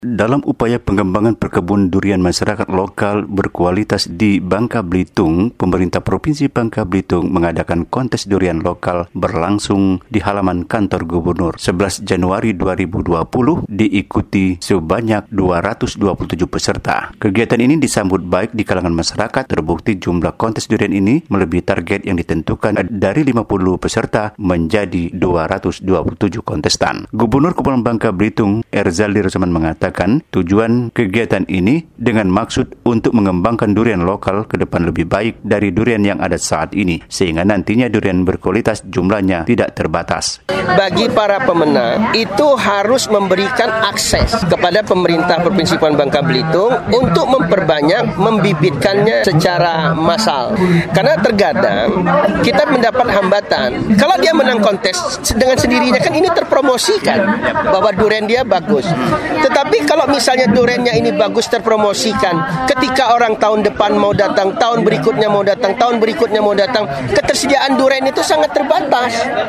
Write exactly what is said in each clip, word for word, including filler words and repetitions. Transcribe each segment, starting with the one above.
Dalam upaya pengembangan perkebunan durian masyarakat lokal berkualitas di Bangka Belitung, pemerintah Provinsi Bangka Belitung mengadakan kontes durian lokal berlangsung di halaman kantor gubernur. sebelas Januari dua ribu dua puluh diikuti sebanyak dua ratus dua puluh tujuh peserta. Kegiatan ini disambut baik di kalangan masyarakat. Terbukti jumlah kontes durian ini melebihi target yang ditentukan dari lima puluh peserta menjadi dua ratus dua puluh tujuh kontestan. Gubernur Kepulauan Bangka Belitung, Erzaldi Rosman, mengatakan tujuan kegiatan ini dengan maksud untuk mengembangkan durian lokal ke depan lebih baik dari durian yang ada saat ini, sehingga nantinya durian berkualitas jumlahnya tidak terbatas. Bagi para pemenang itu harus memberikan akses kepada pemerintah Provinsi Bangka Belitung untuk memperbanyak membibitkannya secara massal. Karena terkadang kita mendapat hambatan. Kalau dia menang kontes dengan sendirinya kan ini terpromosikan bahwa durian dia bagus. Tetapi kalau misalnya duriannya ini bagus terpromosikan, ketika orang tahun depan mau datang, tahun berikutnya mau datang, tahun berikutnya mau datang, ketersediaan durian itu sangat terbatas.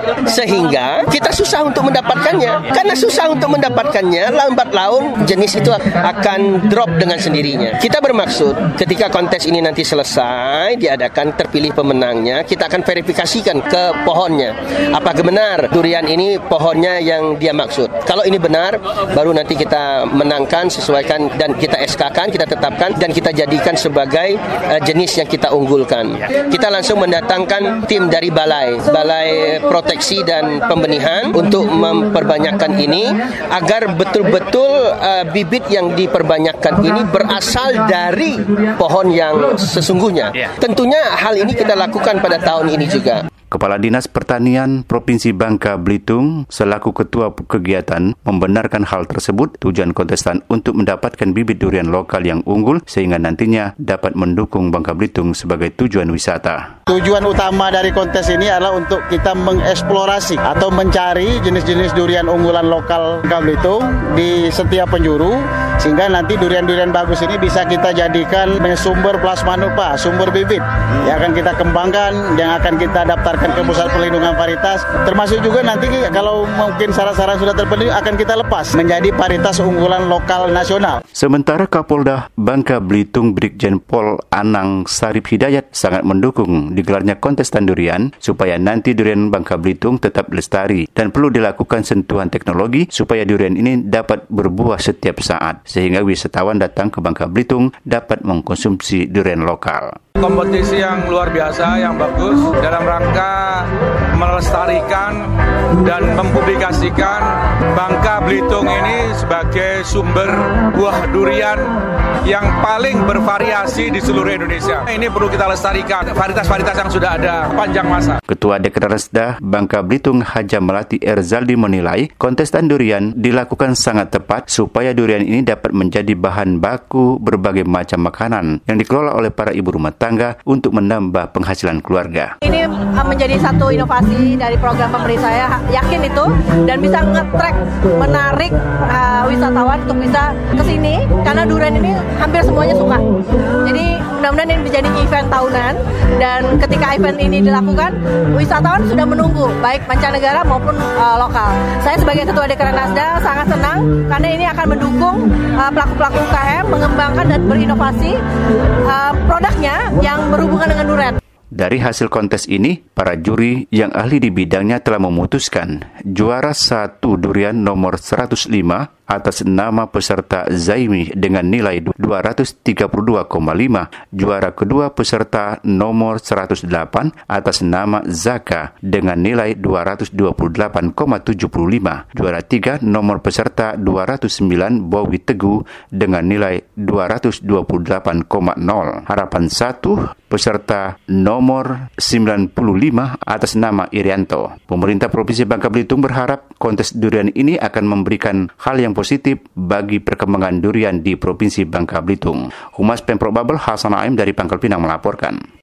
Sehingga kita susah untuk mendapatkannya. Karena susah untuk mendapatkannya, lambat laun jenis itu akan drop dengan sendirinya. Kita bermaksud ketika kontes ini nanti selesai, diadakan terpilih pemenangnya, kita akan verifikasikan ke pohonnya. Apakah benar durian ini pohonnya yang dia maksud? Kalau ini benar, baru nanti kita menangkan, sesuaikan, dan kita S K-kan, kita tetapkan, dan kita jadikan sebagai uh, jenis yang kita unggulkan. Kita langsung mendatangkan tim dari Balai, Balai Proteksi dan Pembenihan untuk memperbanyakkan ini, agar betul-betul uh, bibit yang diperbanyakkan ini berasal dari pohon yang sesungguhnya. Tentunya hal ini kita lakukan pada tahun ini juga. Kepala Dinas Pertanian Provinsi Bangka Belitung selaku ketua kegiatan membenarkan hal tersebut. Tujuan kontestan untuk mendapatkan bibit durian lokal yang unggul sehingga nantinya dapat mendukung Bangka Belitung sebagai tujuan wisata. Tujuan utama dari kontes ini adalah untuk kita mengeksplorasi atau mencari jenis-jenis durian unggulan lokal Bangka Belitung di setiap penjuru, sehingga nanti durian-durian bagus ini bisa kita jadikan sumber plasmanupa, sumber bibit yang akan kita kembangkan, yang akan kita daftarkan ke Pusat Perlindungan Paritas, termasuk juga nanti kalau mungkin syarat-syarat sudah terpenuhi akan kita lepas menjadi paritas unggulan lokal nasional. Sementara Kapolda Bangka Belitung Brigjen Pol Anang Sarip Hidayat sangat mendukung digelarnya kontestan durian supaya nanti durian Bangka Belitung tetap lestari, dan perlu dilakukan sentuhan teknologi supaya durian ini dapat berbuah setiap saat sehingga wisatawan datang ke Bangka Belitung dapat mengkonsumsi durian lokal. Kompetisi yang luar biasa, yang bagus dalam rangka melestarikan dan mempublikasikan Bangka Belitung ini sebagai sumber buah durian yang paling bervariasi di seluruh Indonesia. Ini perlu kita lestarikan, varietas-varietas yang sudah ada panjang masa. Ketua Dekranasda Bangka Belitung Haja Melati Erzaldi menilai kontestan durian dilakukan sangat tepat supaya durian ini dapat menjadi bahan baku berbagai macam makanan yang dikelola oleh para ibu rumah tangga untuk menambah penghasilan keluarga. Ini menjadi satu inovasi dari program pemerintah, saya yakin itu, dan bisa nge-track, menarik uh, wisatawan untuk bisa ke sini karena durian ini hampir semuanya suka. Jadi mudah-mudahan ini menjadi event tahunan, dan ketika event ini dilakukan, wisatawan sudah menunggu baik mancanegara maupun uh, lokal. Saya sebagai Ketua Dekranasda sangat senang karena ini akan mendukung uh, pelaku-pelaku U K M mengembangkan dan berinovasi uh, produknya yang berhubungan dengan durian. Dari hasil kontes ini, para juri yang ahli di bidangnya telah memutuskan juara satu durian nomor seratus lima atas nama peserta Zaimi dengan nilai dua ratus tiga puluh dua koma lima, juara kedua peserta nomor seratus delapan atas nama Zaka dengan nilai dua ratus dua puluh delapan koma tujuh lima, juara tiga nomor peserta dua ratus sembilan Bowi Teguh dengan nilai dua ratus dua puluh delapan koma nol, harapan satu peserta nomor sembilan puluh lima atas nama Irianto. Pemerintah Provinsi Bangka Belitung berharap kontes durian ini akan memberikan hal yang positif bagi perkembangan durian di Provinsi Bangka Belitung. Humas Pemprov Babel Hasan Aim dari Pangkal Pinang melaporkan.